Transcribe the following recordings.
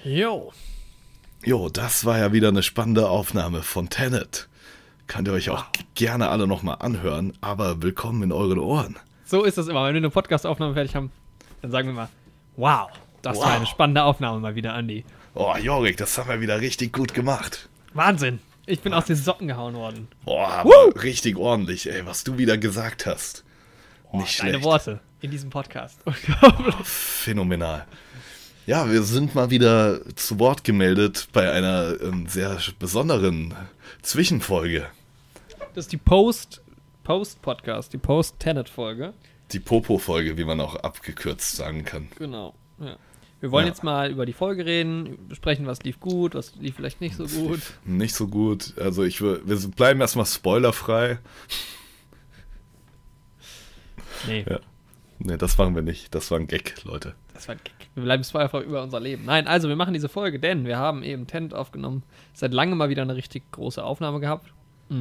Jo. Jo, das war ja wieder eine spannende Aufnahme von Tenet. Könnt ihr euch auch gerne alle nochmal anhören, aber willkommen in euren Ohren. So ist das immer. Wenn wir eine Podcast-Aufnahme fertig haben, dann sagen wir mal, wow, das war eine spannende Aufnahme mal wieder, Andi. Oh, Jorik, das haben wir wieder richtig gut gemacht. Wahnsinn. Ich bin aus den Socken gehauen worden. Boah, aber richtig ordentlich, ey, was du wieder gesagt hast. Nicht schlecht. Deine Worte in diesem Podcast. Phänomenal. Ja, wir sind mal wieder zu Wort gemeldet bei einer sehr besonderen Zwischenfolge. Das ist die Post-Podcast, die Post-Tenet-Folge. Die Popo-Folge, wie man auch abgekürzt sagen kann. Genau, ja. Wir wollen jetzt mal über die Folge reden, besprechen, was lief gut, was lief vielleicht nicht so gut. Nicht so gut. Also wir bleiben erstmal spoilerfrei. Nee. Ja. Nee, das machen wir nicht. Das war ein Gag, Leute. Das war ein Gag. Wir bleiben einfach über unser Leben. Nein, also wir machen diese Folge, denn wir haben eben Tenet aufgenommen. Seit langem mal wieder eine richtig große Aufnahme gehabt.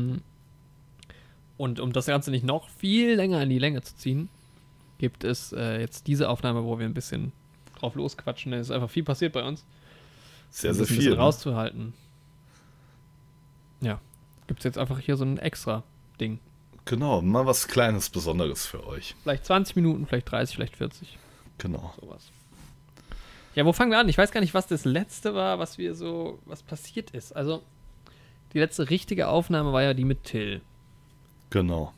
Und um das Ganze nicht noch viel länger in die Länge zu ziehen, gibt es jetzt diese Aufnahme, wo wir ein bisschen drauf losquatschen. Es ist einfach viel passiert bei uns. Sehr, sehr viel. Ein bisschen rauszuhalten. Ja, gibt es jetzt einfach hier so ein extra Ding. Genau, mal was Kleines, Besonderes für euch. Vielleicht 20 Minuten, vielleicht 30, vielleicht 40. Genau. Sowas. Ja, wo fangen wir an? Ich weiß gar nicht, was das letzte war, was passiert ist. Also, die letzte richtige Aufnahme war ja die mit Till. Genau.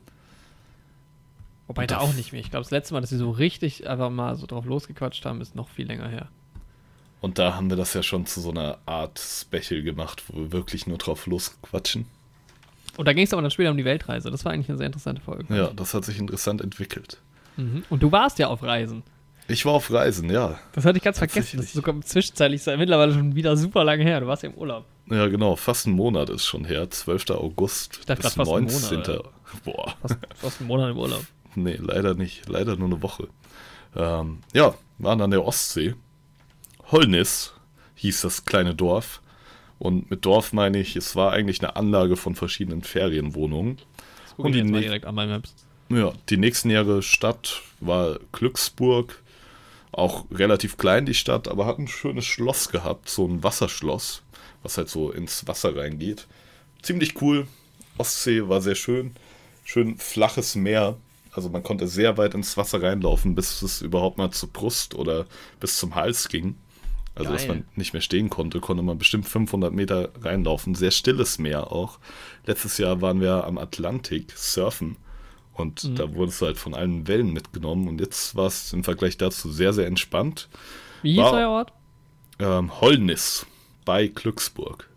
Wobei da auch nicht mehr. Ich glaube, das letzte Mal, dass sie so richtig einfach mal so drauf losgequatscht haben, ist noch viel länger her. Und da haben wir das ja schon zu so einer Art Special gemacht, wo wir wirklich nur drauf losquatschen. Und da ging es aber dann später um die Weltreise. Das war eigentlich eine sehr interessante Folge. Ja, das hat sich interessant entwickelt. Mhm. Und du warst ja auf Reisen. Ich war auf Reisen, ja. Das hatte ich ganz vergessen. Das ist sogar zwischenzeitlich mittlerweile schon wieder super lange her. Du warst ja im Urlaub. Ja, genau. Fast ein Monat ist schon her. 12. August bis 19. Boah. Fast einen Monat im Urlaub. Nee, leider nicht. Leider nur eine Woche. Ja, waren an der Ostsee. Holnis hieß das kleine Dorf. Und mit Dorf meine ich, es war eigentlich eine Anlage von verschiedenen Ferienwohnungen. Und die direkt an meinem Maps. Ja, die nächstnähere Stadt war Glücksburg. Auch relativ klein, die Stadt, aber hat ein schönes Schloss gehabt. So ein Wasserschloss, was halt so ins Wasser reingeht. Ziemlich cool. Ostsee war sehr schön. Schön flaches Meer. Also man konnte sehr weit ins Wasser reinlaufen, bis es überhaupt mal zur Brust oder bis zum Hals ging. Also, dass man nicht mehr stehen konnte, konnte man bestimmt 500 Meter reinlaufen. Sehr stilles Meer auch. Letztes Jahr waren wir am Atlantik surfen und da wurdest du halt von allen Wellen mitgenommen. Und jetzt war es im Vergleich dazu sehr, sehr entspannt. Wie hieß euer Ort? Holnis bei Glücksburg.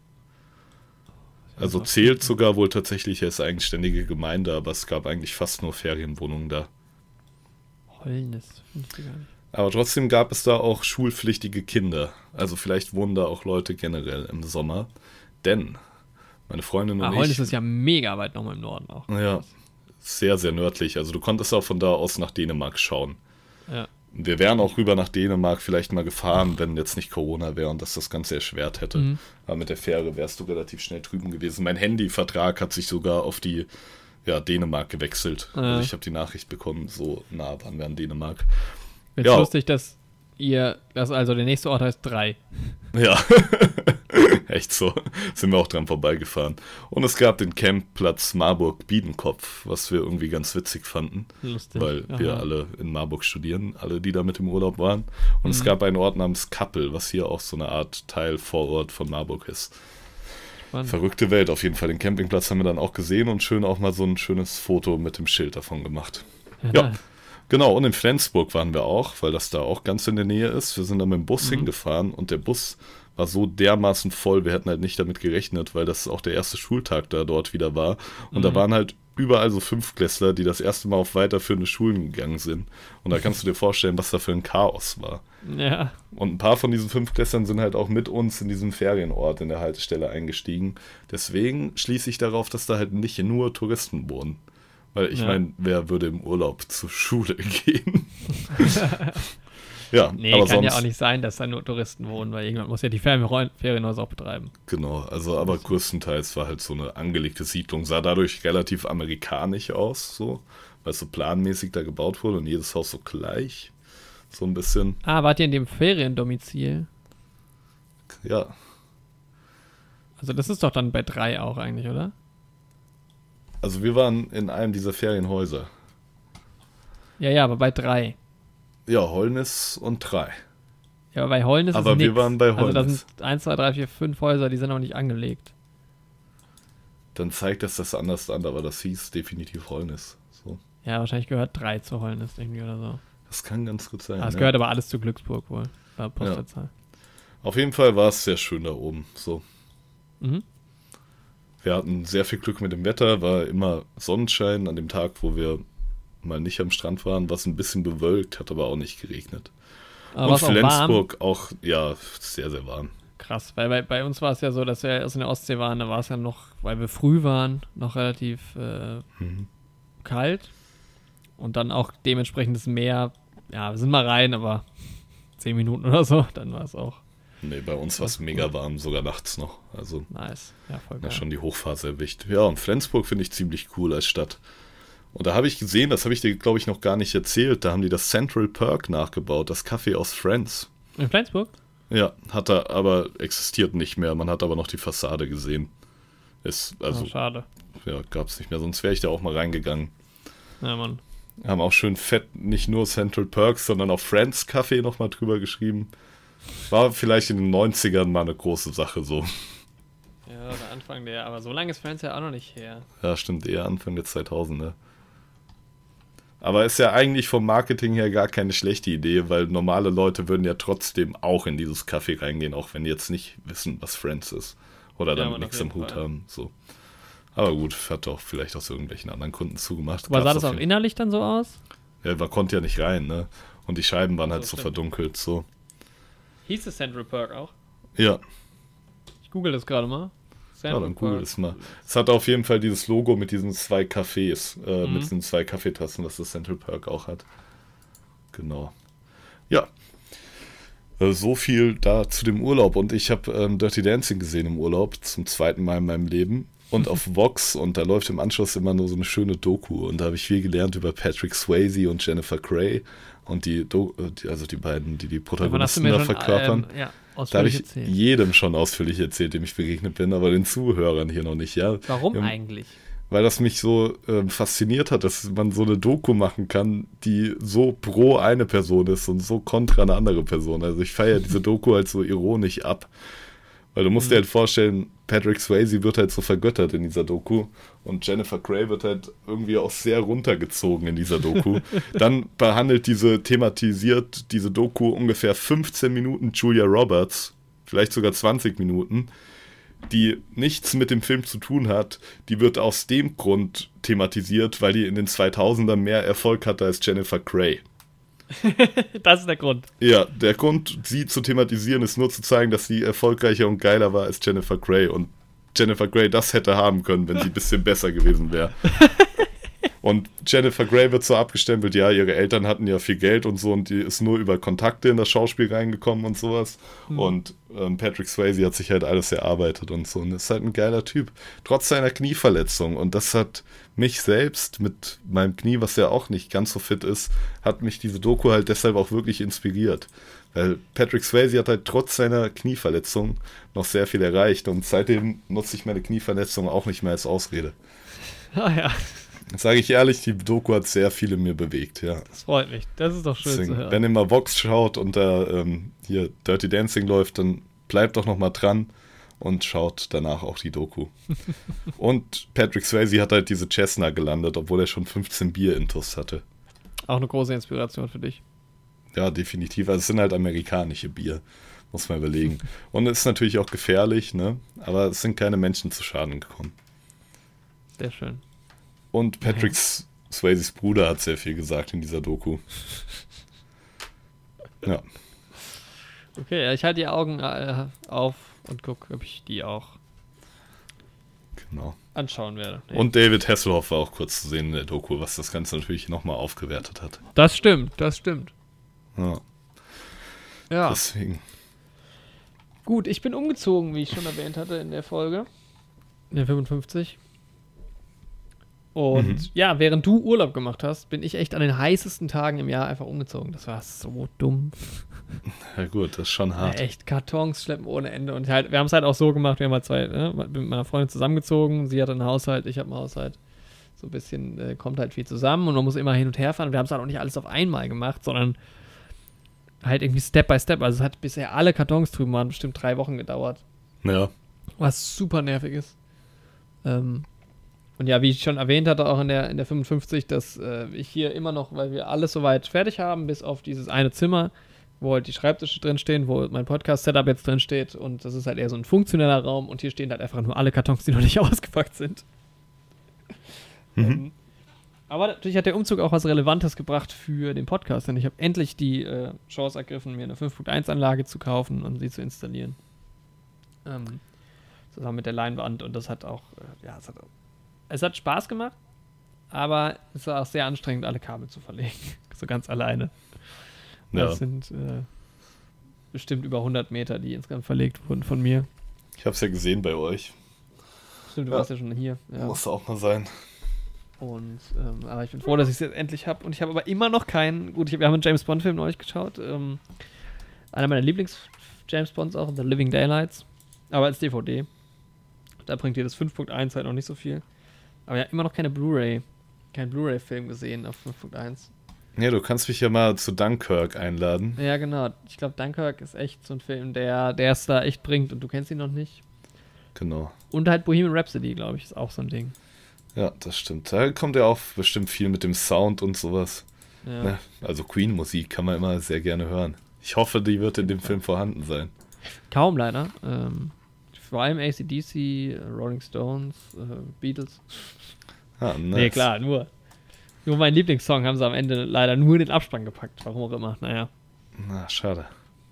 Also zählt sogar wohl tatsächlich als eigenständige Gemeinde, aber es gab eigentlich fast nur Ferienwohnungen da. Holnis, finde ich gar nicht. Aber trotzdem gab es da auch schulpflichtige Kinder. Also vielleicht wohnen da auch Leute generell im Sommer. Denn meine Freundin und ich... Holnis ist ja mega weit nochmal im Norden auch. Ja, sehr, sehr nördlich. Also du konntest auch von da aus nach Dänemark schauen. Ja. Wir wären auch rüber nach Dänemark vielleicht mal gefahren, wenn jetzt nicht Corona wäre und das Ganze erschwert hätte. Aber mit der Fähre wärst du relativ schnell drüben gewesen. Mein Handyvertrag hat sich sogar auf die Dänemark gewechselt. Also ich habe die Nachricht bekommen, so nah waren wir an Dänemark. Jetzt lustig, dass also der nächste Ort heißt 3. Ja, echt so. Sind wir auch dran vorbeigefahren. Und es gab den Campplatz Marburg-Biedenkopf, was wir irgendwie ganz witzig fanden. Lustig. Weil wir alle in Marburg studieren, alle, die da mit im Urlaub waren. Und es gab einen Ort namens Kappel, was hier auch so eine Art Teilvorort von Marburg ist. Spannend. Verrückte Welt auf jeden Fall. Den Campingplatz haben wir dann auch gesehen und schön auch mal so ein schönes Foto mit dem Schild davon gemacht. Ja. Genau, und in Flensburg waren wir auch, weil das da auch ganz in der Nähe ist. Wir sind da mit dem Bus hingefahren und der Bus war so dermaßen voll, wir hätten halt nicht damit gerechnet, weil das auch der erste Schultag da dort wieder war. Und da waren halt überall so Fünftklässler, die das erste Mal auf weiterführende Schulen gegangen sind. Und da kannst du dir vorstellen, was da für ein Chaos war. Ja. Und ein paar von diesen Fünftklässlern sind halt auch mit uns in diesem Ferienort in der Haltestelle eingestiegen. Deswegen schließe ich darauf, dass da halt nicht nur Touristen wohnen. Weil ich meine, wer würde im Urlaub zur Schule gehen? Ja, nee, aber kann ja auch nicht sein, dass da nur Touristen wohnen, weil irgendwann muss ja die Ferienhäuser auch betreiben. Genau, also aber größtenteils war halt so eine angelegte Siedlung, sah dadurch relativ amerikanisch aus, so, weil es so planmäßig da gebaut wurde und jedes Haus so gleich, so ein bisschen. Ah, wart ihr in dem Feriendomizil? ja. Also das ist doch dann bei 3 auch eigentlich, oder? Also wir waren in einem dieser Ferienhäuser. Ja, aber bei 3. Ja, Holnis und 3. Ja, aber bei Holnis Aber ist wir nix. waren bei Also da Holnis. sind 1, 2, 3, 4, 5 Häuser, die sind noch nicht angelegt. Dann zeigt das anders an, aber das hieß definitiv Holnis. So. Ja, wahrscheinlich gehört 3 zu Holnis irgendwie oder so. Das kann ganz gut sein. Es ja. gehört aber alles zu Glücksburg wohl. Postleitzahl. Auf jeden Fall war es sehr schön da oben. So. Mhm. Wir hatten sehr viel Glück mit dem Wetter, war immer Sonnenschein an dem Tag, wo wir mal nicht am Strand waren, was ein bisschen bewölkt, hat aber auch nicht geregnet. Aber Und war's auch warm? Flensburg auch, ja, sehr, sehr warm. Krass, weil bei uns war es ja so, dass wir erst in der Ostsee waren, da war es ja noch, weil wir früh waren, noch relativ kalt. Und dann auch dementsprechend das Meer, ja, wir sind mal rein, aber 10 Minuten oder so, dann war es auch Nee, bei uns war es mega warm, sogar nachts noch. Also nice. Ja, voll geil. schon die Hochphase erwischt. Ja, und Flensburg finde ich ziemlich cool als Stadt. Und da habe ich gesehen, das habe ich dir, glaube ich, noch gar nicht erzählt, da haben die das Central Perk nachgebaut, das Café aus Friends. In Flensburg? Ja, hat er, aber existiert nicht mehr. Man hat aber noch die Fassade gesehen. Ist, also, Schade. ja, gab es nicht mehr, sonst wäre ich da auch mal reingegangen. Ja, Mann. Haben auch schön fett nicht nur Central Perks, sondern auch Friends Café nochmal drüber geschrieben. War vielleicht in den 90ern mal eine große Sache so. Ja, der Anfang der, aber so lange ist Friends ja auch noch nicht her. Ja, stimmt, eher Anfang der 2000er. Aber ist ja eigentlich vom Marketing her gar keine schlechte Idee, weil normale Leute würden ja trotzdem auch in dieses Café reingehen, auch wenn die jetzt nicht wissen, was Friends ist. Oder Ja, damit Mann, nichts auf am jeden Hut Fall. haben. So. Aber gut, hat auch vielleicht aus irgendwelchen anderen Kunden zugemacht. Aber sah Gab's das auf auch jeden- innerlich dann so aus? Ja, man konnte ja nicht rein, ne? Und die Scheiben waren halt so stimmt. verdunkelt, so. Hieß es Central Perk auch? Ja, Ich google das gerade mal. ja, dann google es mal. Es hat auf jeden Fall dieses Logo mit diesen 2 Cafés, mit diesen 2 Kaffeetassen, was das Central Perk auch hat. Genau. Ja. So viel da zu dem Urlaub. Und ich habe Dirty Dancing gesehen im Urlaub, zum 2. Mal in meinem Leben. Und auf Vox. Und da läuft im Anschluss immer nur so eine schöne Doku. Und da habe ich viel gelernt über Patrick Swayze und Jennifer Grey. Und die beiden, die Davon hast du Protagonisten mir da schon verkörpern. ja, Da habe ausführlich ich erzählt. jedem schon ausführlich erzählt, dem ich begegnet bin, aber den Zuhörern hier noch nicht, ja. Warum Ja, eigentlich? weil das mich so fasziniert hat, dass man so eine Doku machen kann, die so pro eine Person ist und so kontra eine andere Person. Also ich feiere diese Doku halt so ironisch ab. Weil du musst dir halt vorstellen, Patrick Swayze wird halt so vergöttert in dieser Doku und Jennifer Grey wird halt irgendwie auch sehr runtergezogen in dieser Doku. Dann thematisiert diese Doku ungefähr 15 Minuten Julia Roberts, vielleicht sogar 20 Minuten, die nichts mit dem Film zu tun hat. Die wird aus dem Grund thematisiert, weil die in den 2000ern mehr Erfolg hatte als Jennifer Grey. Das ist der Grund. Ja, der Grund, sie zu thematisieren, ist nur zu zeigen, dass sie erfolgreicher und geiler war als Jennifer Grey. Und Jennifer Grey das hätte haben können, wenn sie ein bisschen besser gewesen wäre. Und Jennifer Grey wird so abgestempelt, ja, ihre Eltern hatten ja viel Geld und so und die ist nur über Kontakte in das Schauspiel reingekommen und sowas. Und Patrick Swayze hat sich halt alles erarbeitet und so und ist halt ein geiler Typ. Trotz seiner Knieverletzung. Und das hat mich selbst mit meinem Knie, was ja auch nicht ganz so fit ist, hat mich diese Doku halt deshalb auch wirklich inspiriert. Weil Patrick Swayze hat halt trotz seiner Knieverletzung noch sehr viel erreicht und seitdem nutze ich meine Knieverletzung auch nicht mehr als Ausrede. Ah ja, Sage ich ehrlich, die Doku hat sehr viel in mir bewegt, ja. das freut mich. Das ist doch schön Deswegen, zu hören. wenn ihr mal Vox schaut und da hier Dirty Dancing läuft, dann bleibt doch noch mal dran und schaut danach auch die Doku. Und Patrick Swayze hat halt diese Cessna gelandet, obwohl er schon 15 Bier-Intus hatte. Auch eine große Inspiration für dich. Ja, definitiv. Also es sind halt amerikanische Bier, muss man überlegen. Und es ist natürlich auch gefährlich, ne? Aber es sind keine Menschen zu Schaden gekommen. Sehr schön. Und Patrick Swayzes Bruder hat sehr viel gesagt in dieser Doku. Ja. Okay, ja, ich halte die Augen auf und gucke, ob ich die auch Genau. anschauen werde. Nee. Und David Hasselhoff war auch kurz zu sehen in der Doku, was das Ganze natürlich nochmal aufgewertet hat. Das stimmt, das stimmt. Ja, Ja, deswegen. gut, ich bin umgezogen, wie ich schon erwähnt hatte in der Folge. In der 55. Und ja, während du Urlaub gemacht hast, bin ich echt an den heißesten Tagen im Jahr einfach umgezogen. Das war so dumm. Ja gut, das ist schon hart. Ja, echt Kartons schleppen ohne Ende. Und wir haben es halt auch so gemacht, wir haben halt mit meiner Freundin zusammengezogen. Sie hat einen Haushalt, ich habe einen Haushalt. So ein bisschen kommt halt viel zusammen und man muss immer hin und her fahren. Und wir haben es halt auch nicht alles auf einmal gemacht, sondern halt irgendwie Step by Step. Also es hat bisher alle Kartons drüben waren bestimmt 3 Wochen gedauert. Ja. Was super nervig ist. Und ja, wie ich schon erwähnt hatte, auch in der 55, dass ich hier immer noch, weil wir alles soweit fertig haben, bis auf dieses eine Zimmer, wo halt die Schreibtische drin stehen, wo mein Podcast-Setup jetzt drin steht. Und das ist halt eher so ein funktioneller Raum. Und hier stehen halt einfach nur alle Kartons, die noch nicht ausgepackt sind. Aber natürlich hat der Umzug auch was Relevantes gebracht für den Podcast, denn ich habe endlich die Chance ergriffen, mir eine 5.1-Anlage zu kaufen und sie zu installieren. Zusammen mit der Leinwand und das hat auch, es hat Spaß gemacht, aber es war auch sehr anstrengend, alle Kabel zu verlegen, so ganz alleine. Ja. Das sind bestimmt über 100 Meter, die insgesamt verlegt wurden von mir. Ich habe es ja gesehen bei euch. Stimmt, du warst ja schon hier. Ja. Muss auch mal sein. Und, aber ich bin froh, dass ich es jetzt endlich habe. Und ich habe aber immer noch keinen. Gut, wir haben einen James Bond-Film neulich geschaut. Einer meiner Lieblings-James Bonds auch, The Living Daylights. Aber als DVD. Da bringt dir das 5.1 halt noch nicht so viel. Aber ja, immer noch keine Blu-ray. Kein Blu-ray-Film gesehen auf 5.1. Ja, du kannst mich ja mal zu Dunkirk einladen. Ja, genau. Ich glaube, Dunkirk ist echt so ein Film, der es da echt bringt. Und du kennst ihn noch nicht. Genau. Und halt Bohemian Rhapsody, glaube ich, ist auch so ein Ding. Ja, das stimmt. Da kommt ja auch bestimmt viel mit dem Sound und sowas. Ja. Ne? Also Queen-Musik kann man immer sehr gerne hören. Ich hoffe, die wird in dem Film vorhanden sein. Kaum leider. Vor allem AC/DC, Rolling Stones, Beatles. Ah, nice. Nee, klar, nur mein Lieblingssong haben sie am Ende leider nur in den Abspann gepackt. Warum auch immer. Naja. Na, schade.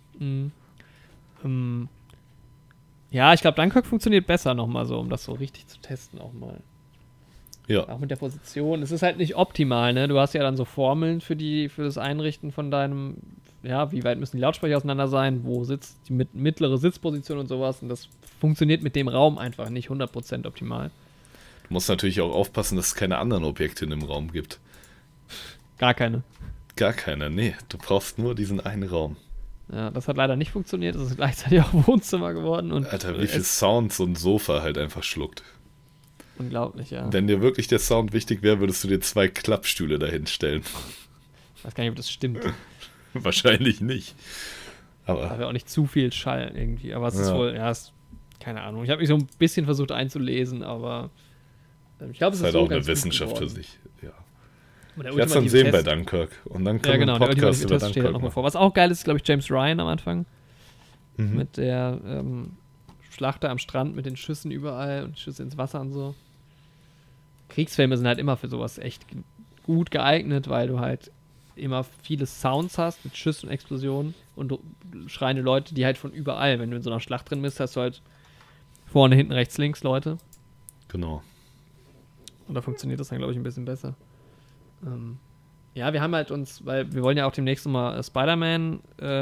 Ja, ich glaube, Dunkirk funktioniert besser nochmal so, um das so richtig zu testen auch mal. Ja. Auch mit der Position. Es ist halt nicht optimal, ne? Du hast ja dann so Formeln für das Einrichten von deinem, ja, wie weit müssen die Lautsprecher auseinander sein, wo sitzt die mittlere Sitzposition und sowas. Und das funktioniert mit dem Raum einfach nicht 100% optimal. Du musst natürlich auch aufpassen, dass es keine anderen Objekte in dem Raum gibt. Gar keine. Gar keine, nee. Du brauchst nur diesen einen Raum. Ja, das hat leider nicht funktioniert. Es ist gleichzeitig auch Wohnzimmer geworden. Und Alter, wie viel Sound so ein Sofa halt einfach schluckt. Unglaublich, ja. Wenn dir wirklich der Sound wichtig wäre, würdest du dir 2 Klappstühle dahin stellen. Ich weiß gar nicht, ob das stimmt. Wahrscheinlich nicht. Da wäre auch nicht zu viel Schall irgendwie. Aber es ist wohl, keine Ahnung. Ich habe mich so ein bisschen versucht einzulesen, aber ich glaube, es ist halt so auch ganz eine Wissenschaft geworden. für sich. Ja. Ich werde es dann sehen bei Dunkirk. Und dann können wir einen Podcast über Test steht Dunkirk noch mal machen. vor. Was auch geil ist, glaube ich, James Ryan am Anfang. Mit der Schlachter am Strand mit den Schüssen überall und Schüsse ins Wasser und so. Kriegsfilme sind halt immer für sowas echt gut geeignet, weil du halt immer viele Sounds hast mit Schüssen und Explosionen und schreiende Leute, die halt von überall, wenn du in so einer Schlacht drin bist, hast du halt vorne, hinten, rechts, links Leute. Genau. Und da funktioniert das dann, glaube ich, ein bisschen besser. Ja, wir haben halt weil wir wollen ja auch demnächst mal Spider-Man,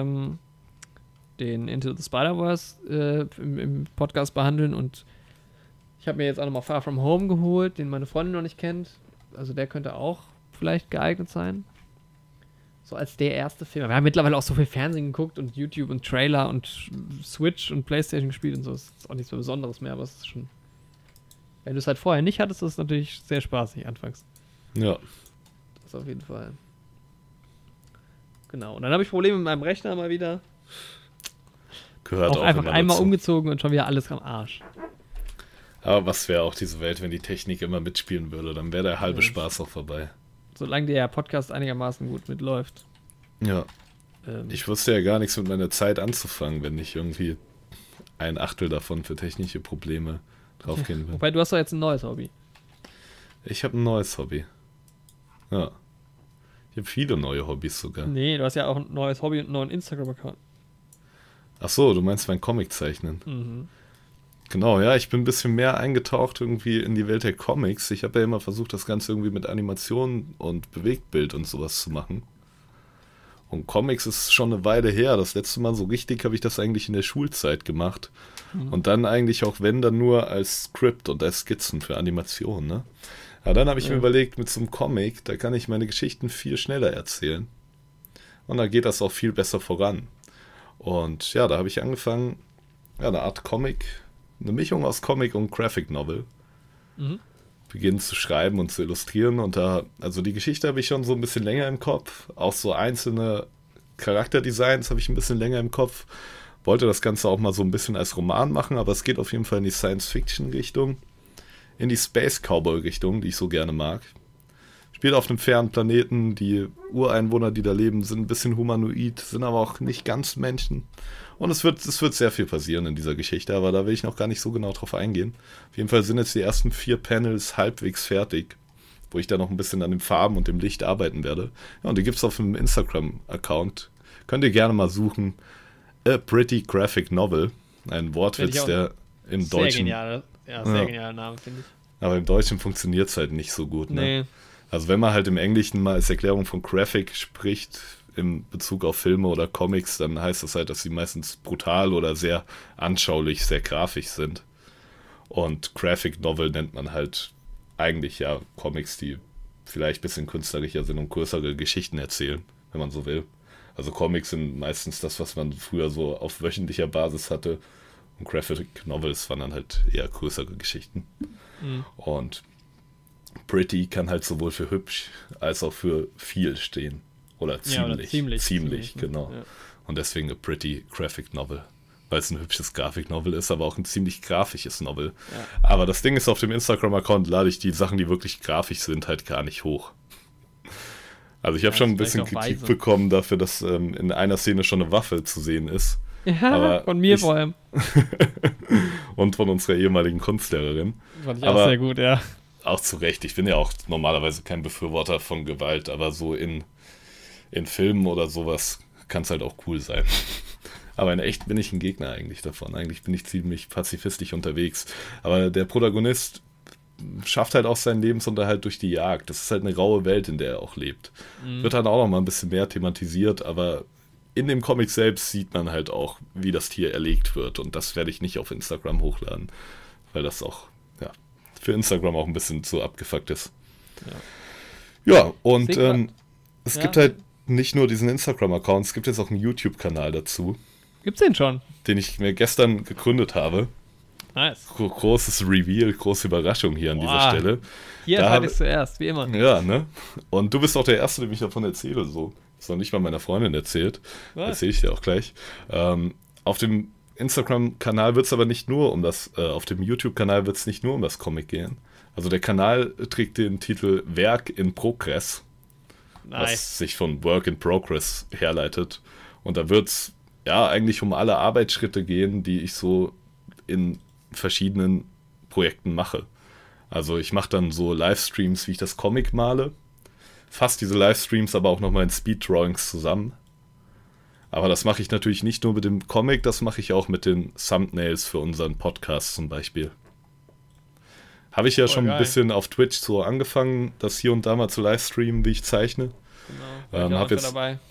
den Into the Spider-Verse im Podcast behandeln und ich habe mir jetzt auch nochmal Far From Home geholt, den meine Freundin noch nicht kennt. Also der könnte auch vielleicht geeignet sein. So als der erste Film. Wir haben mittlerweile auch so viel Fernsehen geguckt und YouTube und Trailer und Switch und Playstation gespielt und so. Das ist auch nichts mehr Besonderes mehr, aber es ist schon... Wenn du es halt vorher nicht hattest, ist es natürlich sehr spaßig anfangs. Ja. Das auf jeden Fall. Genau. Und dann habe ich Probleme mit meinem Rechner mal wieder. Gehört auch einfach immer einmal dazu. umgezogen und schon wieder alles am Arsch. Aber was wäre auch diese Welt, wenn die Technik immer mitspielen würde? Dann wäre der halbe Spaß auch vorbei. Solange der Podcast einigermaßen gut mitläuft. Ja. Ich wusste ja gar nichts mit meiner Zeit anzufangen, wenn ich irgendwie 1/8 davon für technische Probleme draufgehen will. Wobei, du hast doch jetzt ein neues Hobby. Ich habe ein neues Hobby. Ja. Ich habe viele neue Hobbys sogar. Nee, du hast ja auch ein neues Hobby und einen neuen Instagram-Account. Ach so, du meinst mein Comic-Zeichnen. Mhm. Genau, ja, ich bin ein bisschen mehr eingetaucht irgendwie in die Welt der Comics. Ich habe ja immer versucht, das Ganze irgendwie mit Animation und Bewegtbild und sowas zu machen. Und Comics ist schon eine Weile her. Das letzte Mal so richtig habe ich das eigentlich in der Schulzeit gemacht. Und dann eigentlich auch, wenn, dann nur als Script und als Skizzen für Animationen, ne? Aber dann habe ich mir überlegt, mit so einem Comic, da kann ich meine Geschichten viel schneller erzählen. Und da geht das auch viel besser voran. Und ja, da habe ich angefangen, ja, eine Art Comic, eine Mischung aus Comic und Graphic Novel, beginnen zu schreiben und zu illustrieren. Und da, also die Geschichte habe ich schon so ein bisschen länger im Kopf. Auch so einzelne Charakterdesigns habe ich ein bisschen länger im Kopf. Wollte das Ganze auch mal so ein bisschen als Roman machen, aber es geht auf jeden Fall in die Science-Fiction-Richtung, in die Space-Cowboy-Richtung, die ich so gerne mag. Spielt auf einem fernen Planeten, die Ureinwohner, die da leben, sind ein bisschen humanoid, sind aber auch nicht ganz Menschen. Und es wird sehr viel passieren in dieser Geschichte, aber da will ich noch gar nicht so genau drauf eingehen. Auf jeden Fall sind jetzt die ersten 4 Panels halbwegs fertig, wo ich da noch ein bisschen an den Farben und dem Licht arbeiten werde. Ja, und die gibt es auf einem Instagram-Account. Könnt ihr gerne mal suchen. A Pretty Graphic Novel. Ein Wortwitz, der im Deutschen... Sehr genialer Name, finde ich. Aber im Deutschen funktioniert es halt nicht so gut, ne? Nee. Also wenn man halt im Englischen mal als Erklärung von Graphic spricht, in Bezug auf Filme oder Comics, dann heißt das halt, dass sie meistens brutal oder sehr anschaulich, sehr grafisch sind. Und Graphic Novel nennt man halt eigentlich ja Comics, die vielleicht ein bisschen künstlerischer sind und größere Geschichten erzählen, wenn man so will. Also Comics sind meistens das, was man früher so auf wöchentlicher Basis hatte. Und Graphic Novels waren dann halt eher größere Geschichten. Und Pretty kann halt sowohl für hübsch als auch für viel stehen. Oder ziemlich. Ja, oder ziemlich, genau. Ja. Und deswegen a Pretty Graphic Novel. Weil es ein hübsches Graphic Novel ist, aber auch ein ziemlich grafisches Novel. Ja. Aber das Ding ist, auf dem Instagram-Account lade ich die Sachen, die wirklich grafisch sind, halt gar nicht hoch. Also ich habe schon ein bisschen Kritik bekommen dafür, dass in einer Szene schon eine Waffe zu sehen ist. Ja, aber von mir vor allem. Und von unserer ehemaligen Kunstlehrerin. Fand ich auch sehr gut, ja. Auch zu Recht. Ich bin ja auch normalerweise kein Befürworter von Gewalt, aber so in Filmen oder sowas kann es halt auch cool sein. Aber in echt bin ich ein Gegner eigentlich davon. Eigentlich bin ich ziemlich pazifistisch unterwegs. Aber der Protagonist schafft halt auch seinen Lebensunterhalt durch die Jagd. Das ist halt eine raue Welt, in der er auch lebt. Wird dann auch noch mal ein bisschen mehr thematisiert, aber in dem Comic selbst sieht man halt auch, wie das Tier erlegt wird. Und das werde ich nicht auf Instagram hochladen, weil das auch für Instagram auch ein bisschen zu abgefuckt ist. Ja, und es gibt halt nicht nur diesen Instagram-Account, es gibt jetzt auch einen YouTube-Kanal dazu. Gibt's den schon? Den ich mir gestern gegründet habe. Nice. Großes Reveal, große Überraschung hier an dieser Stelle. Hier erfahre ich zuerst, wie immer. Ja, ne? Und du bist auch der Erste, dem ich davon erzähle, so. Das ist noch nicht mal meiner Freundin erzählt. Erzähle ich dir auch gleich. Auf dem Instagram-Kanal wird es aber nicht nur um das, auf dem YouTube-Kanal wird es nicht nur um das Comic gehen. Also der Kanal trägt den Titel Werk in Progress, was sich von Work in Progress herleitet. Und da wird es eigentlich um alle Arbeitsschritte gehen, die ich so in verschiedenen Projekten mache. Also ich mache dann so Livestreams, wie ich das Comic male. Fasse diese Livestreams aber auch nochmal in Speed-Drawings zusammen. Aber das mache ich natürlich nicht nur mit dem Comic, das mache ich auch mit den Thumbnails für unseren Podcast zum Beispiel. Habe ich ja schon ein bisschen auf Twitch so angefangen, das hier und da mal zu livestreamen, wie ich zeichne. Genau, habe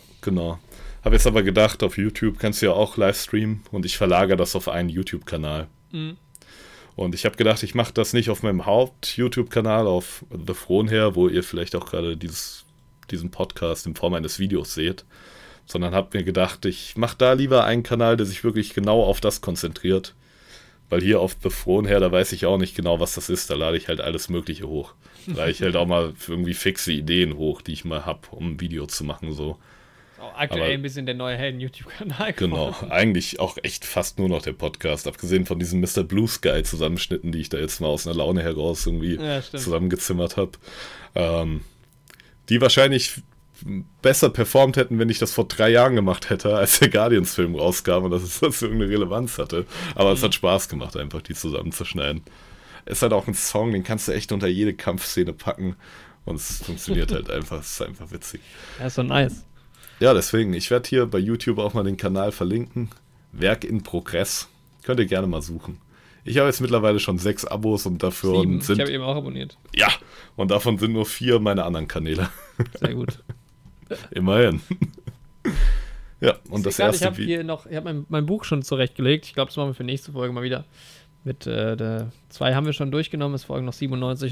jetzt aber gedacht, auf YouTube kannst du ja auch livestreamen und ich verlagere das auf einen YouTube-Kanal. Und ich habe gedacht, ich mache das nicht auf meinem Haupt-YouTube-Kanal, auf The Fronher, wo ihr vielleicht auch gerade diesen Podcast in Form eines Videos seht, sondern habe mir gedacht, ich mache da lieber einen Kanal, der sich wirklich genau auf das konzentriert. Weil hier auf The Fronher, da weiß ich auch nicht genau, was das ist. Da lade ich halt alles Mögliche hoch. Da lade ich halt auch mal irgendwie fixe Ideen hoch, die ich mal habe, um ein Video zu machen, so. Auch aktuell ein bisschen der neue Helden-YouTube-Kanal geworden. Genau, eigentlich auch echt fast nur noch der Podcast, abgesehen von diesen Mr. Blue Sky-Zusammenschnitten, die ich da jetzt mal aus einer Laune heraus irgendwie zusammengezimmert habe. Die wahrscheinlich besser performt hätten, wenn ich das vor 3 Jahren gemacht hätte, als der Guardians-Film rauskam und dass das irgendeine Relevanz hatte. Aber es hat Spaß gemacht, einfach die zusammenzuschneiden. Es ist halt auch ein Song, den kannst du echt unter jede Kampfszene packen und es funktioniert halt einfach, es ist einfach witzig. Ja, ist so nice. Ja, deswegen, ich werde hier bei YouTube auch mal den Kanal verlinken. Werk in Progress. Könnt ihr gerne mal suchen. Ich habe jetzt mittlerweile schon 6 Abos und dafür 7. Ich habe eben auch abonniert. Ja, und davon sind nur 4 meine anderen Kanäle. Sehr gut. Immerhin. Ja, und das erste Ich habe mein Buch schon zurechtgelegt. Ich glaube, das machen wir für nächste Folge mal wieder. Mit der 2 haben wir schon durchgenommen, es folgen noch 97,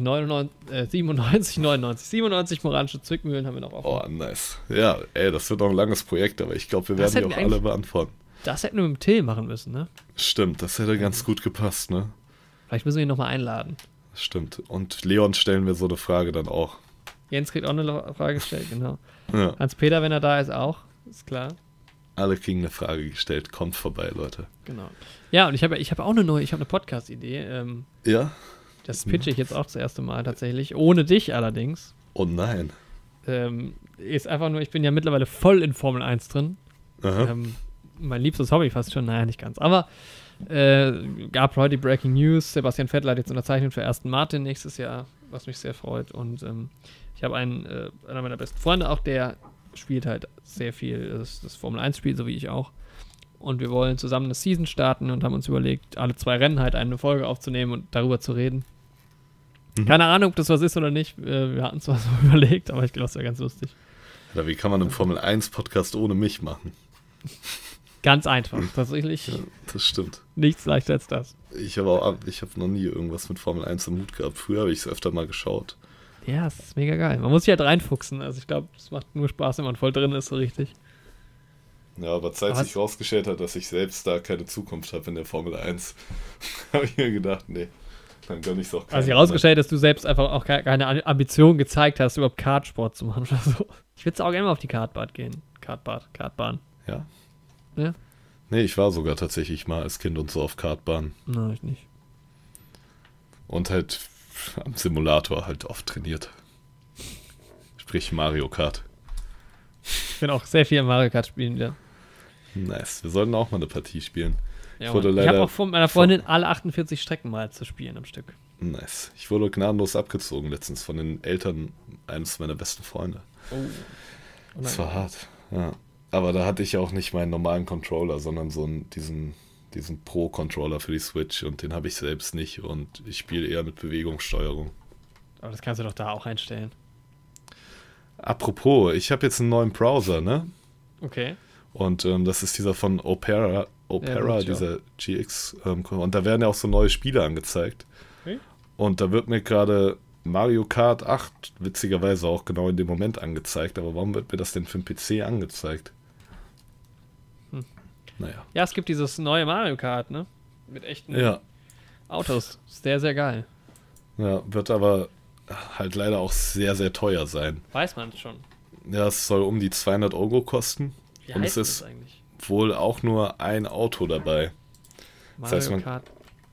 97 moralische Zwickmühlen haben wir noch offen. Oh, nice. Ja, das wird noch ein langes Projekt, aber ich glaube, wir Das werden die auch hätten wir alle beantworten. Das hätten wir mit dem Till machen müssen, ne? Stimmt, das hätte ganz gut gepasst, ne? Vielleicht müssen wir ihn nochmal einladen. Stimmt. Und Leon stellen wir so eine Frage dann auch. Jens kriegt auch eine Frage gestellt, genau. Ja. Hans-Peter, wenn er da ist, auch. Ist klar. Alle kriegen eine Frage gestellt. Kommt vorbei, Leute. Genau. Ja, und ich habe auch eine Podcast-Idee. Ja? Das pitche ich jetzt auch das erste Mal tatsächlich. Ohne dich allerdings. Oh nein. Ist einfach nur, ich bin ja mittlerweile voll in Formel 1 drin. Aha. Mein liebstes Hobby fast schon. Naja, nicht ganz. Aber gab heute die Breaking News. Sebastian Vettel hat jetzt unterzeichnet für Aston Martin nächstes Jahr, was mich sehr freut. Und ich habe einer meiner besten Freunde auch, der spielt halt sehr viel das Formel 1 Spiel, so wie ich auch. Und wir wollen zusammen eine Season starten und haben uns überlegt, alle 2 Rennen halt eine Folge aufzunehmen und darüber zu reden. Keine Ahnung, ob das was ist oder nicht. Wir hatten es zwar so überlegt, aber ich glaube, das wäre ganz lustig. Ja, wie kann man einen Formel 1 Podcast ohne mich machen? Ganz einfach, tatsächlich. Ja, das stimmt. Nichts leichter als das. Ich habe noch nie irgendwas mit Formel 1 im Hut gehabt. Früher habe ich es öfter mal geschaut. Ja, es ist mega geil. Man muss sich halt reinfuchsen. Also ich glaube, es macht nur Spaß, wenn man voll drin ist, so richtig. Ja, aber als sich rausgestellt hat, dass ich selbst da keine Zukunft habe in der Formel 1, habe ich mir gedacht, nee, dann gönne ich es auch keinem. Also herausgestellt, dass du selbst einfach auch keine Ambition gezeigt hast, überhaupt Kartsport zu machen oder so. Ich würde auch gerne mal auf die Kartbahn gehen. Kartbahn. Ja? Ja? Nee, ich war sogar tatsächlich mal als Kind und so auf Kartbahn. Nein, ich nicht. Und halt am Simulator halt oft trainiert. Sprich Mario Kart. Ich bin auch sehr viel im Mario Kart spielen wieder. Nice. Wir sollten auch mal eine Partie spielen. Ja, ich habe auch von meiner Freundin alle 48 Strecken mal zu spielen am Stück. Nice. Ich wurde gnadenlos abgezogen letztens von den Eltern eines meiner besten Freunde. Oh. Das war hart. Ja. Aber da hatte ich auch nicht meinen normalen Controller, sondern diesen Pro-Controller für die Switch und den habe ich selbst nicht und ich spiele eher mit Bewegungssteuerung. Aber das kannst du doch da auch einstellen. Apropos, ich habe jetzt einen neuen Browser, ne? Okay. Und das ist dieser von Opera, ja, dieser GX. Und da werden ja auch so neue Spiele angezeigt. Okay. Und da wird mir gerade Mario Kart 8 witzigerweise auch genau in dem Moment angezeigt. Aber warum wird mir das denn für den PC angezeigt? Naja. Ja, es gibt dieses neue Mario Kart, ne? Mit echten Autos. Sehr, sehr geil. Ja, wird aber halt leider auch sehr, sehr teuer sein. Weiß man schon. Ja, es soll um die 200 € kosten. Wie und heißt es ist das eigentlich? wohl auch nur ein Auto dabei. Mario Kart.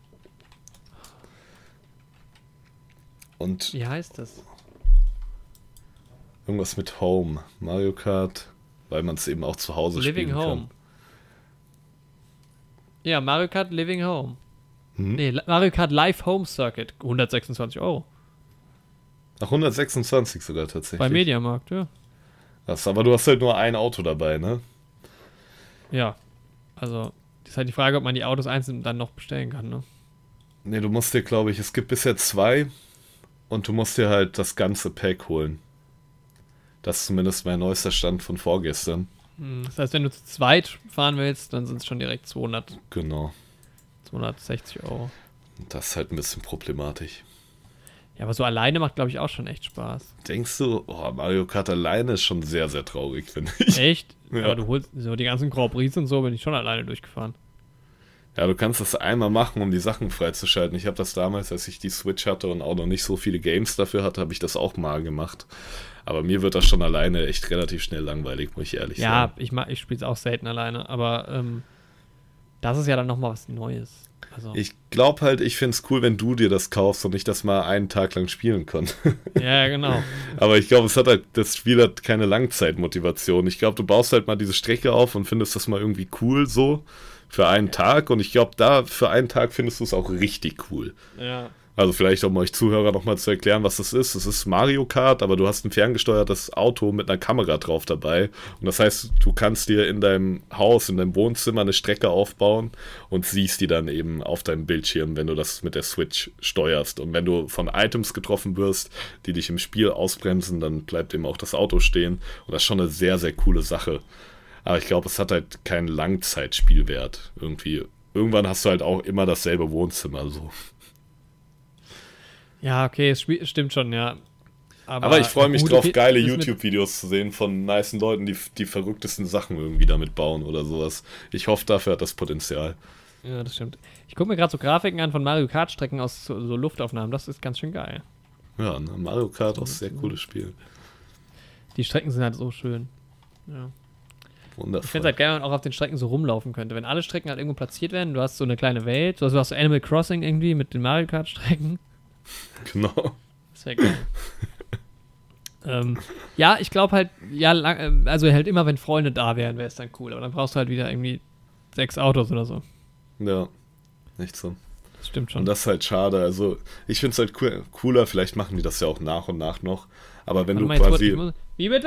Und wie heißt das? Irgendwas mit Home. Mario Kart, weil man es eben auch zu Hause Living spielen Home. kann. Ja, Mario Kart Living Home. Hm? Nee, Mario Kart Live Home Circuit. 126 €. Ach, 126 sogar tatsächlich. Bei Mediamarkt, ja. Das, aber du hast halt nur ein Auto dabei, ne? Ja. Also, das ist halt die Frage, ob man die Autos einzeln dann noch bestellen kann, ne? Ne, du musst dir, glaube ich, es gibt bisher 2 und du musst dir halt das ganze Pack holen. Das ist zumindest mein neuester Stand von vorgestern. Das heißt, wenn du zu zweit fahren willst, dann sind es schon direkt 260 Genau. €. Das ist halt ein bisschen problematisch. Ja, aber so alleine macht, glaube ich, auch schon echt Spaß. Denkst du, Mario Kart alleine ist schon sehr, sehr traurig, finde ich. Echt? Ja. Aber du holst so die ganzen Grand Prix und so, bin ich schon alleine durchgefahren. Ja, du kannst das einmal machen, um die Sachen freizuschalten. Ich habe das damals, als ich die Switch hatte und auch noch nicht so viele Games dafür hatte, habe ich das auch mal gemacht. Aber mir wird das schon alleine echt relativ schnell langweilig, muss ich ehrlich sagen. Ja, ich spiele es auch selten alleine, aber das ist ja dann nochmal was Neues. Also, Ich glaube halt, ich finde es cool, wenn du dir das kaufst und ich das mal einen Tag lang spielen kann. ja, genau. Aber ich glaube, das Spiel hat keine Langzeitmotivation. Ich glaube, du baust halt mal diese Strecke auf und findest das mal irgendwie cool so für einen Tag. Und ich glaube, für einen Tag findest du es auch richtig cool. Ja. Also vielleicht, um euch Zuhörer nochmal zu erklären, was das ist. Es ist Mario Kart, aber du hast ein ferngesteuertes Auto mit einer Kamera drauf dabei. Und das heißt, du kannst dir in deinem Haus, in deinem Wohnzimmer eine Strecke aufbauen und siehst die dann eben auf deinem Bildschirm, wenn du das mit der Switch steuerst. Und wenn du von Items getroffen wirst, die dich im Spiel ausbremsen, dann bleibt eben auch das Auto stehen. Und das ist schon eine sehr, sehr coole Sache. Aber ich glaube, es hat halt keinen Langzeitspielwert irgendwie. irgendwann hast du halt auch immer dasselbe Wohnzimmer. So. Ja, okay, es stimmt schon, ja. Aber ich freue mich gut, drauf, okay, geile das mit- YouTube-Videos zu sehen von nicen Leuten, die verrücktesten Sachen irgendwie damit bauen oder sowas. Ich hoffe, dafür hat das Potenzial. Ja, das stimmt. Ich gucke mir gerade so Grafiken an von Mario Kart-Strecken aus so Luftaufnahmen. Das ist ganz schön geil. Ja, ne? Mario Kart auch ein sehr cooles Spiel. Die Strecken sind halt so schön. Ja. Ich fände es Wundervoll. halt geil, wenn man auch auf den Strecken so rumlaufen könnte. Wenn alle Strecken halt irgendwo platziert werden, du hast so eine kleine Welt, also du hast so Animal Crossing irgendwie mit den Mario Kart-Strecken. Genau. Das wäre geil. Ja, ich glaube halt, ja, also halt immer, wenn Freunde da wären, wäre es dann cool. Aber dann brauchst du halt wieder irgendwie 6 Autos oder so. Ja, nicht so. Das stimmt schon. Und das ist halt schade. Also, ich finde es halt cooler, vielleicht machen die das ja auch nach und nach noch. Aber wenn Warte du mal, jetzt quasi. wie bitte?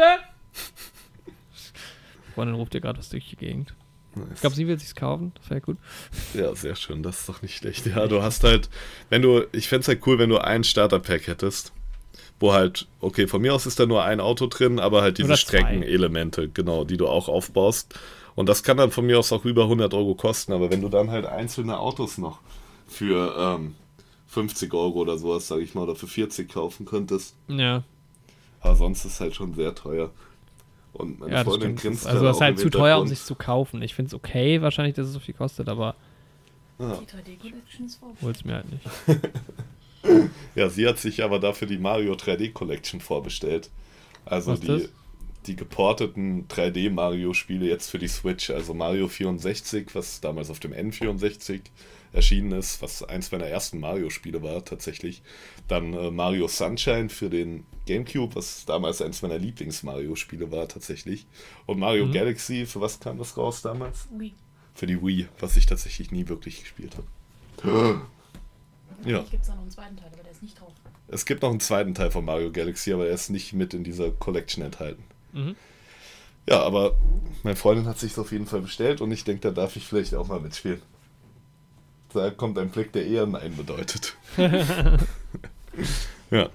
Freundin ruft dir gerade was durch die Gegend. Ich glaube, sie will sich's kaufen. Das wäre gut. Ja, sehr schön, das ist doch nicht schlecht. Ja, du hast halt, ich fände es halt cool, wenn du ein Starter-Pack hättest, wo halt, okay, von mir aus ist da nur ein Auto drin, aber halt diese Oder 2. Streckenelemente, genau, die du auch aufbaust. Und das kann dann von mir aus auch über 100 Euro kosten, aber wenn du dann halt einzelne Autos noch für 50 Euro oder sowas, sage ich mal, oder für 40 kaufen könntest, Ja. aber sonst ist es halt schon sehr teuer. Und meine Ja, das Freundin stimmt. grinst Also gerade das ist auch halt im zu teuer, um Hintergrund. sich zu kaufen. Ich finde es okay, wahrscheinlich, dass es so viel kostet, aber Ja. Die 3D-Collection ist vorbei. hol's mir halt nicht. Ja, sie hat sich aber dafür die Mario 3D Collection vorbestellt. Also Was ist das? die geporteten 3D Mario Spiele jetzt für die Switch. Also Mario 64, was damals auf dem N64 erschienen ist, was eins meiner ersten Mario Spiele war tatsächlich. Dann Mario Sunshine für den GameCube, was damals eins meiner Lieblings-Mario Spiele war tatsächlich. Und Mario Galaxy, für was kam das raus damals? Ui. Für die Wii, was ich tatsächlich nie wirklich gespielt habe. Ja. Vielleicht gibt es da noch einen zweiten Teil, aber der ist nicht drauf. Es gibt noch einen zweiten Teil von Mario Galaxy, aber er ist nicht mit in dieser Collection enthalten. Mhm. Ja, aber meine Freundin hat sich auf jeden Fall bestellt und ich denke, da darf ich vielleicht auch mal mitspielen. Da kommt ein Blick, der eher Nein bedeutet. Ja.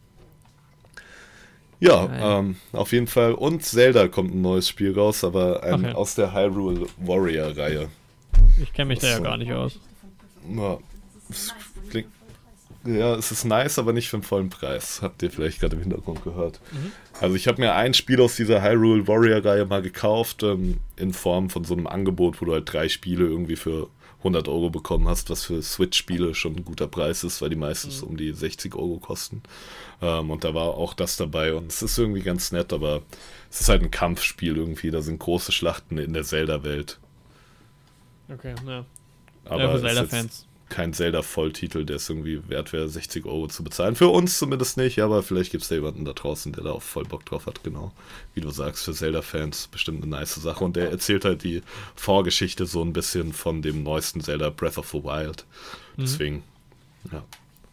Ja, Geil. auf jeden Fall. Und Zelda kommt ein neues Spiel raus, aber Ach ja. aus der Hyrule Warrior-Reihe. Ich kenne mich da ja So. gar nicht aus. Ja, es klingt, ja, es ist nice, aber nicht für den vollen Preis. Habt ihr vielleicht gerade im Hintergrund gehört. Also ich habe mir ein Spiel aus dieser Hyrule Warrior-Reihe mal gekauft, in Form von so einem Angebot, wo du halt 3 Spiele irgendwie für 100 Euro bekommen hast, was für Switch-Spiele schon ein guter Preis ist, weil die meistens um die 60 Euro kosten. Und da war auch das dabei und es ist irgendwie ganz nett, aber es ist halt ein Kampfspiel irgendwie, da sind große Schlachten in der Zelda-Welt. Okay, ja. Aber Ja, für es ist jetzt Zelda-Fans. kein Zelda-Volltitel, der es irgendwie wert wäre, 60 Euro zu bezahlen. Für uns zumindest nicht, aber vielleicht gibt es ja jemanden da draußen, der da auch voll Bock drauf hat, genau. Wie du sagst, für Zelda-Fans bestimmt eine nice Sache. Und der erzählt halt die Vorgeschichte so ein bisschen von dem neuesten Zelda Breath of the Wild. Deswegen, ja.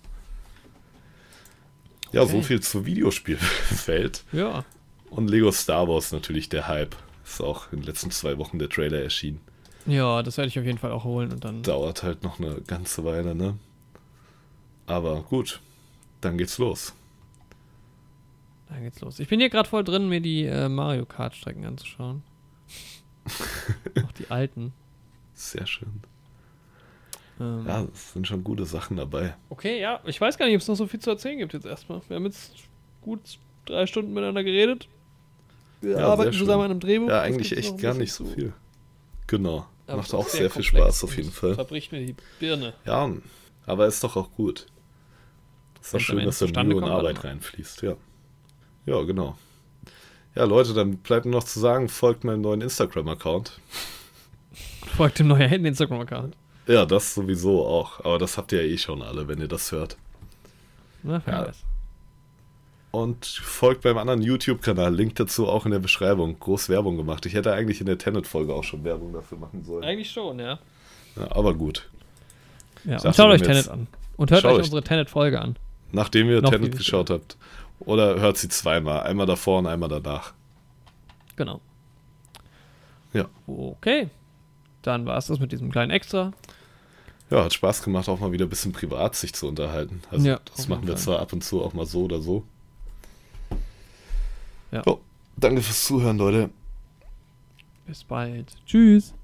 Ja, Okay. so viel zur Videospielwelt. Ja. Und Lego Star Wars natürlich der Hype. Ist auch in den letzten 2 Wochen der Trailer erschienen. Ja, das werde ich auf jeden Fall auch holen und dann. Dauert halt noch eine ganze Weile, ne? Aber gut, dann geht's los. Dann geht's los. Ich bin hier gerade voll drin, mir die Mario Kart Strecken anzuschauen. Auch die alten. Sehr schön. Ähm, Ja, es sind schon gute Sachen dabei. Okay, ja. Ich weiß gar nicht, ob es noch so viel zu erzählen gibt jetzt erstmal. Wir haben jetzt gut 3 Stunden miteinander geredet. Wir Ja, arbeiten sehr zusammen schön. an einem Drehbuch. Ja, Das eigentlich gibt's echt noch ein gar bisschen nicht so zu- viel. Genau. Aber Macht es auch ist sehr viel komplex Spaß auf jeden und Fall. Verbricht mir die Birne. Ja, aber ist doch auch gut. Ist doch Wenn's am schön, Ende dass da zustande Mühe und kommt, Arbeit dann- reinfließt, ja. Ja, genau. Ja, Leute, dann bleibt nur noch zu sagen, folgt meinem neuen Instagram-Account. Folgt dem neuen Instagram-Account. Ja, das sowieso auch. Aber das habt ihr ja eh schon alle, wenn ihr das hört. Na, wer Ja. weiß. Und folgt beim anderen YouTube-Kanal. Link dazu auch in der Beschreibung. Groß Werbung gemacht. Ich hätte eigentlich in der Tenet-Folge auch schon Werbung dafür machen sollen. Eigentlich schon, ja. Ja, aber gut. Ja, dachte, und schaut euch wenn Tenet jetzt- an. Und hört Schaut euch euch- unsere Tenet-Folge an. Nachdem ihr Noch Tenet viel geschaut habt. Oder hört sie zweimal. Einmal davor und einmal danach. Genau. Ja. Okay. Dann war es das mit diesem kleinen Extra. Ja, hat Spaß gemacht, auch mal wieder ein bisschen privat sich zu unterhalten. Also Ja, auf das jeden machen wir Fall. zwar ab und zu auch mal so oder so. Ja. Jo, danke fürs Zuhören, Leute. Bis bald. Tschüss.